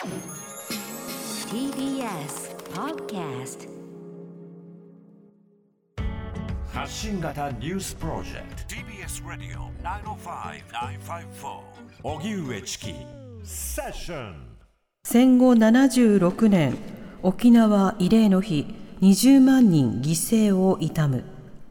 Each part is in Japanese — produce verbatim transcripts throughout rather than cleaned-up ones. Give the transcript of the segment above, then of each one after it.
ティービーエス Podcast 発信型ニュースプロジェクト ティービーエス ラディオ きゅうまるご きゅうごよん 荻上チキセッション。 戦後ななじゅうろくねん沖縄慰霊の日、にじゅうまんにん犠牲を悼む。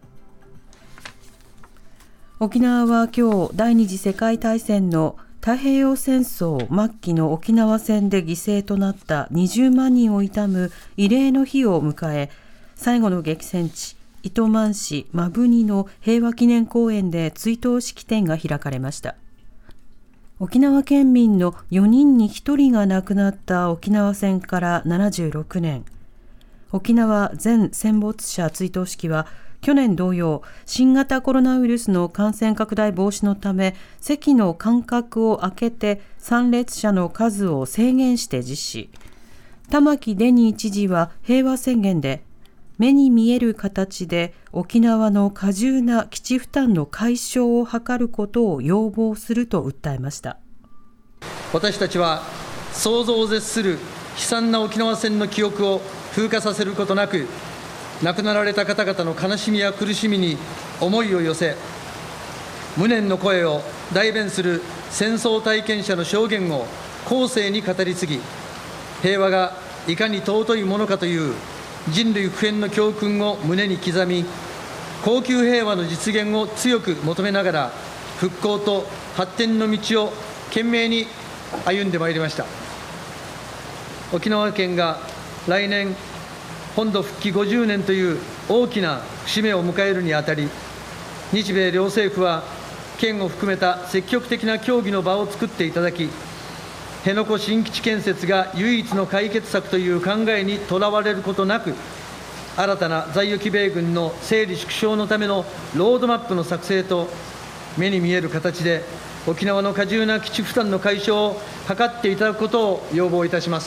沖縄は今日第二次世界大戦の太平洋戦争末期の沖縄戦で犠牲となったにじゅうまんにんを悼む慰霊の日を迎え、最後の激戦地糸満市摩文仁の平和記念公園で追悼式典が開かれました。沖縄県民のよにんにひとりが亡くなった沖縄戦からななじゅうろくねん、沖縄全戦没者追悼式は去年同様、新型コロナウイルスの感染拡大防止のため、席の間隔を空けて参列者の数を制限して実施。玉城デニー知事は平和宣言で、目に見える形で沖縄の過重な基地負担の解消を図ることを要望すると訴えました。 私たちは想像を絶する悲惨な沖縄戦の記憶を風化させることなく、亡くなられた方々の悲しみや苦しみに思いを寄せ、無念の声を代弁する戦争体験者の証言を後世に語り継ぎ、平和がいかに尊いものかという人類普遍の教訓を胸に刻み、恒久平和の実現を強く求めながら、復興と発展の道を懸命に歩んでまいりました。沖縄県が来年本土復帰ごじゅうねんという大きな節目を迎えるにあたり、日米両政府は県を含めた積極的な協議の場を作っていただき、辺野古新基地建設が唯一の解決策という考えにとらわれることなく、新たな在沖米軍の整理縮小のためのロードマップの作成と、目に見える形で沖縄の過重な基地負担の解消を図っていただくことを要望いたします。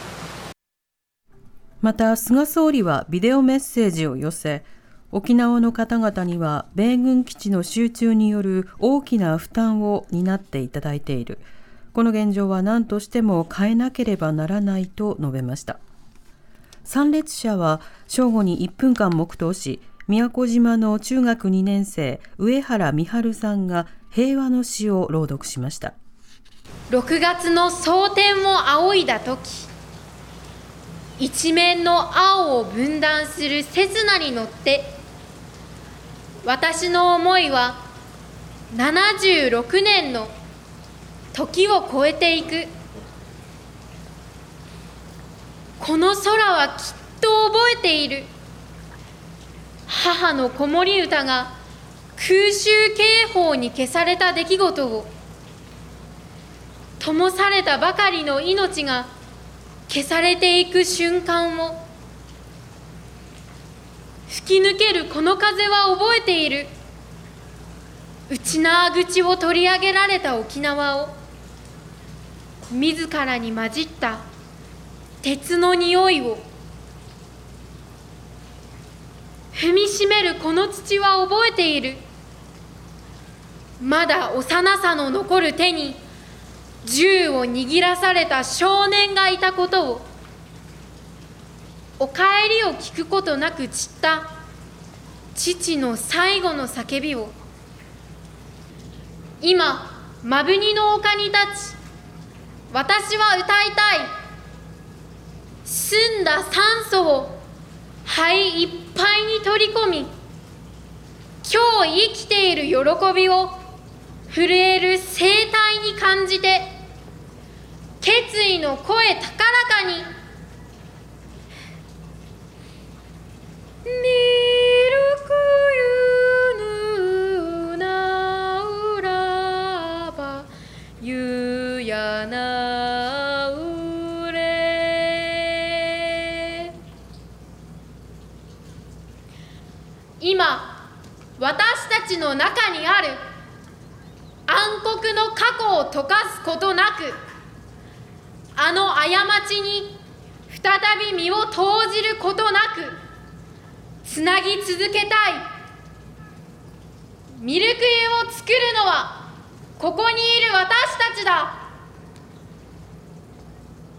また菅総理はビデオメッセージを寄せ、沖縄の方々には米軍基地の集中による大きな負担を担っていただいている。この現状は何としても変えなければならないと述べました。参列者は正午にいっぷんかん黙祷し、宮古島の中学にねん生上原美春さんが平和の詩を朗読しました。 ろくがつの蒼天を仰いだとき、一面の青を分断するセスナに乗って、私の思いはななじゅうろくねんの時を超えていく。この空はきっと覚えている。母の子守歌が空襲警報に消された出来事を、灯されたばかりの命が消されていく瞬間を、吹き抜けるこの風は覚えている。内縄口を取り上げられた沖縄を、自らに混じった鉄の匂いを、踏みしめるこの土は覚えている。まだ幼さの残る手に銃を握らされた少年がいたことを、お帰りを聞くことなく散った父の最後の叫びを、今摩文仁の丘に立ち、私は歌いたい。澄んだ酸素を肺いっぱいに取り込み、今日生きている喜びを震える声帯に感じて、決意の声高らかに、ミルクユヌナウラバユヤナウレ。今私たちの中にある暗黒の過去を溶かすことなく、あの過ちに再び身を投じることなく、つなぎ続けたい。ミルク湯を作るのはここにいる私たちだ。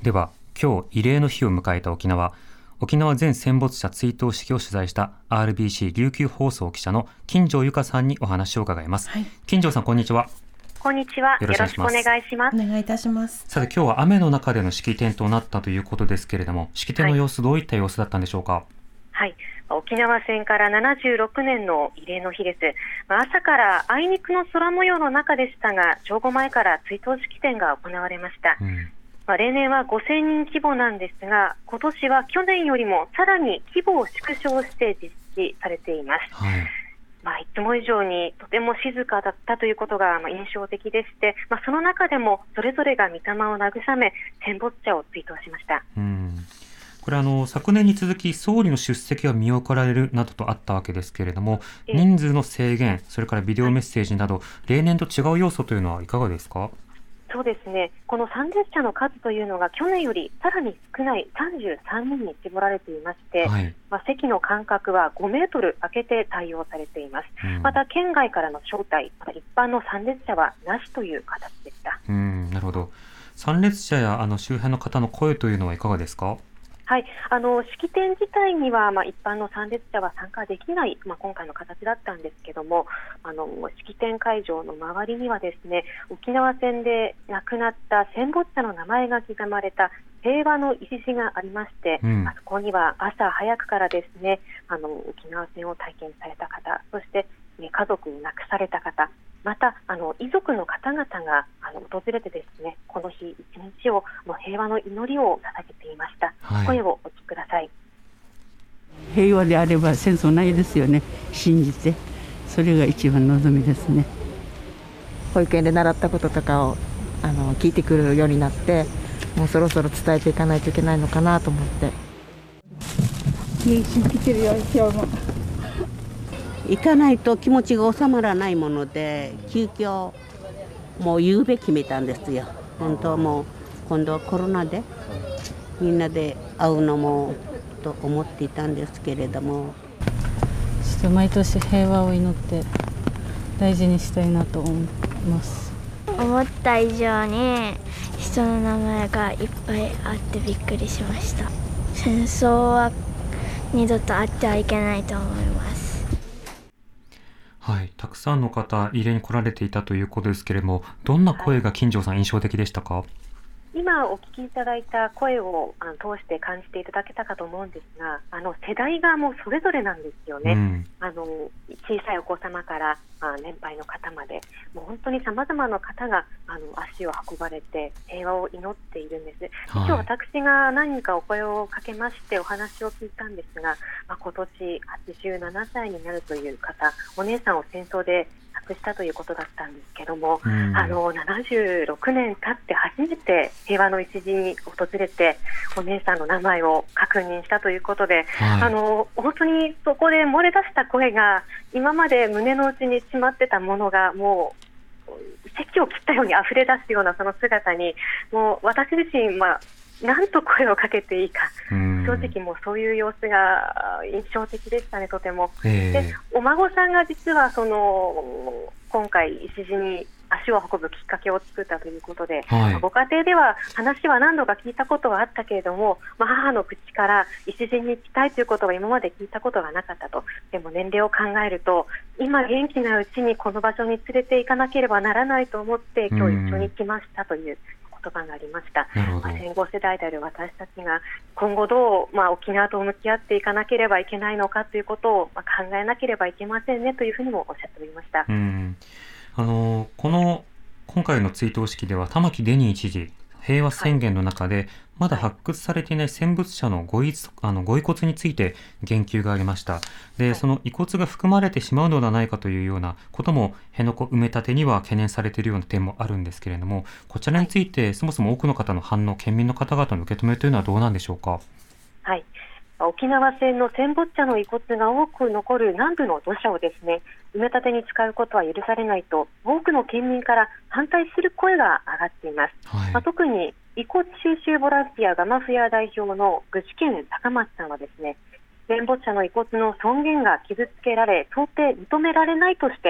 では今日慰霊の日を迎えた沖縄沖縄全戦没者追悼式を取材した アールビーシー 琉球放送記者の金城由香さんにお話を伺います、はい、金城さんこんにちは。 こんにちは。よろしくお願いします。 お願いいたします。 さて今日は雨の中での式典となったということですけれども、式典の様子、はい、どういった様子だったんでしょうか。 はい、沖縄戦からななじゅうろくねんの慰霊の日です。朝からあいにくの空模様の中でしたが、正午前から追悼式典が行われました、うんまあ、例年はごせんにん規模なんですが、今年は去年よりもさらに規模を縮小して実施されています、はいまあ、いつも以上にとても静かだったということがまあ印象的でして、まあ、その中でもそれぞれが御霊を慰め戦没者を追悼しました。 うんこれあの昨年に続き総理の出席が見送られるなどとあったわけですけれども、人数の制限、それからビデオメッセージなど例年と違う要素というのはいかがですか。 そうですね、この参列者の数というのが去年よりさらに少ないさんじゅうさんにんに絞られていまして、はいまあ、席の間隔はごメートル空けて対応されています、うん、また県外からの招待、また一般の参列者はなしという形でした。 うんなるほど。参列者やあの周辺の方の声というのはいかがですか。 はい、あの式典自体には、まあ、一般の参列者は参加できない、まあ、今回の形だったんですけども、あの式典会場の周りにはですね、沖縄戦で亡くなった戦没者の名前が刻まれた平和の礎がありまして、うん、あそこには朝早くからですね、あの沖縄戦を体験された方、そして、ね、家族を亡くされた方、またあの遺族の方々があの訪れてですね、この日一日をの平和の祈りを捧げていました、はい、声をお聞きください。 平和であれば戦争ないですよね。信じてそれが一番望みですね。 保育園で習ったこととかをあの聞いてくるようになって、もうそろそろ伝えていかないといけないのかなと思って。 練習来てるよ今日も。行かないと気持ちが収まらないもので、急遽もう夕べ決めたんですよ。本当はもう今度はコロナでみんなで会うのもと思っていたんですけれども、 ちょっと毎年平和を祈って大事にしたいなと思います。 思った以上に人の名前がいっぱいあってびっくりしました。戦争は二度とあってはいけないと思います。 はい、たくさんの方慰霊に来られていたということですけれども、どんな声が金城さん印象的でしたか。 今お聞きいただいた声をあの通して感じていただけたかと思うんですが、あの世代がもうそれぞれなんですよね、うん、あの小さいお子様からあ年配の方まで、もう本当にさまざまな方があの足を運ばれて平和を祈っているんです。今日私が何人かお声をかけましてお話を聞いたんですが、まあ、今年はちじゅうななさいになるという方、お姉さんを戦争で亡くしたということだったんですけども、うん、あのななじゅうろくねん経って初めて平和の礎に訪れてお姉さんの名前を確認したということで、はい、あの本当にそこで漏れ出した声が今まで胸の内にしまってたものがもう咳を切ったように溢れ出すようなその姿に、もう私自身、まあなんと声をかけていいか、正直もうそういう様子が印象的でしたね、とても、えー、でお孫さんが実はその今回礎に足を運ぶきっかけを作ったということで、はい、ご家庭では話は何度か聞いたことはあったけれども、まあ、母の口から礎に行きたいということは今まで聞いたことがなかったと。でも年齢を考えると今元気なうちにこの場所に連れて行かなければならないと思って今日一緒に来ましたという言葉がありました。まあ、戦後世代である私たちが今後どう、まあ、沖縄と向き合っていかなければいけないのかということを、まあ、考えなければいけませんねというふうにもおっしゃっておりました。 うんあのこの今回の追悼式では玉城デニー知事平和宣言の中で、はい、まだ発掘されていない戦没者のご遺、あのご遺骨について言及がありました。で、はい、その遺骨が含まれてしまうのではないかというようなことも辺野古埋め立てには懸念されているような点もあるんですけれども、こちらについてそもそも多くの方の反応、県民の方々の受け止めというのはどうなんでしょうか。 はい、沖縄戦の戦没者の遺骨が多く残る南部の土砂をですね、埋め立てに使うことは許されないと多くの県民から反対する声が上がっています。はい、まあ、特に遺骨収集ボランティアガマフェア代表の具志堅高松さんはですね、戦没者の遺骨の尊厳が傷つけられ到底認められないとして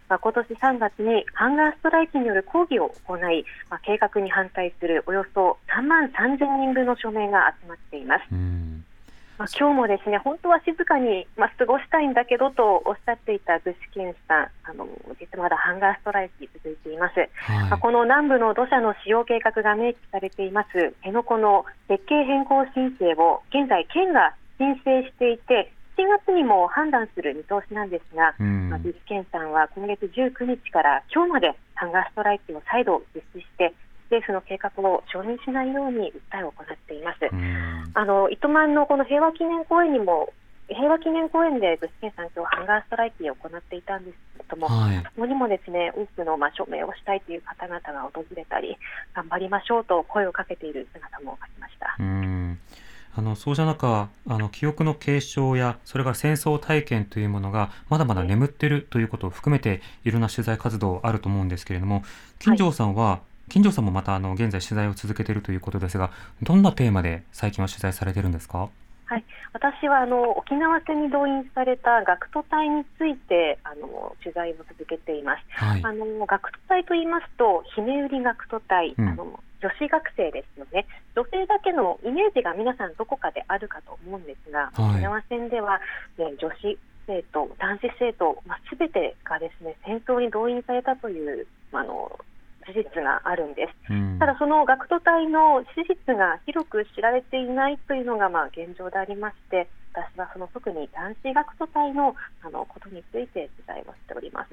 まあ、今年さんがつにハンガーストライキによる抗議を行い、まあ、計画に反対するおよそさんまんさんぜんにんぶんの署名が集まっています。 うんまあ、今日もですね、本当は静かに、まあ、過ごしたいんだけどとおっしゃっていた具志堅さん、あの実はまだハンガーストライキ続いています。はい、まあ、この南部の土砂の使用計画が明記されています辺野古の設計変更申請を現在県が申請していて、しちがつにも判断する見通しなんですが、まあ、具志堅さんは今月じゅうくにちから今日までハンガーストライキを再度実施して政府の計画を承認しないように訴えを行っています。あの糸満のこの平和記念公園にも平和記念公園で具志堅さん今日ハンガーストライキを行っていたんですけれども、はい、そこにもですね多くのまあ署名をしたいという方々が訪れたり、頑張りましょうと声をかけている姿もありました。 うーんあのそうした中、あの記憶の継承やそれから戦争体験というものがまだまだ眠っているということを含めていろんな取材活動あると思うんですけれども、金城さんは、はい、金城さんもまたあの現在取材を続けているということですが、どんなテーマで最近は取材されているんですか？ はい、私はあの沖縄戦に動員された学徒隊についてあの取材を続けています。はい、あの学徒隊と言いますと姫売学徒隊、うん、あの女子学生ですよね。女性だけのイメージが皆さんどこかであるかと思うんですが、はい、沖縄戦では、ね、女子生徒、男子生徒、まあ、全てがですね戦争に動員されたというあの事実があるんです。うん、ただその学徒隊の事実が広く知られていないというのがまあ現状でありまして、私はその特に男子学徒隊のあのことについて取材をしております。 うん、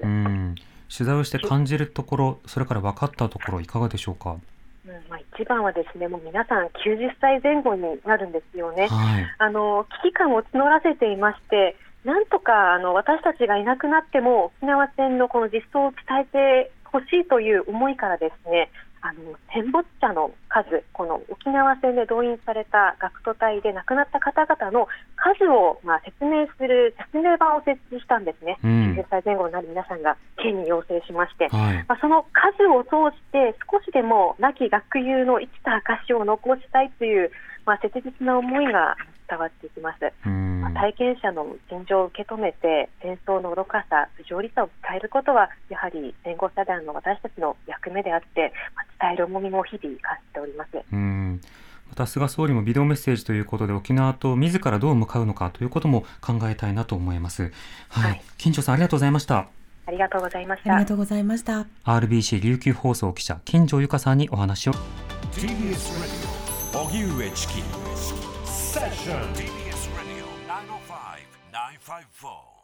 取材をして感じるところ、それから分かったところいかがでしょうか？ うんまあ、一番はですね、もう皆さんきゅうじゅっさいぜん後になるんですよね。はい、あの危機感を募らせていまして、なんとかあの私たちがいなくなっても沖縄戦のこの実相を伝えてほしいという思いからですね、あの戦没者の数、この沖縄戦で動員された学徒隊で亡くなった方々の数を、まあ、説明する説明板を設置したんですね。うん、きゅうじゅっさいぜん後になる皆さんが県に要請しまして、はい、まあ、その数を通して少しでも亡き学友の生きた証を残したいという、まあ、切実な思いが伝わっていきます。まあ、体験者の心情を受け止めて戦争の愚かさ、不条理さを伝えることはやはり戦後世代の私たちの役目であって、まあ、伝える重みも日々感じております。 うん、また菅総理もビデオメッセージということで沖縄と自らどう向かうのかということも考えたいなと思います。はいはい、金城さんありがとうございました。 ありがとうございました。 ありがとうございました。 アールビーシー 琉球放送記者金城由香さんにお話を。 ティービーエス ラジオ荻上チキセッション ティービーエス ラジオナインオーファイブナインファイブフォー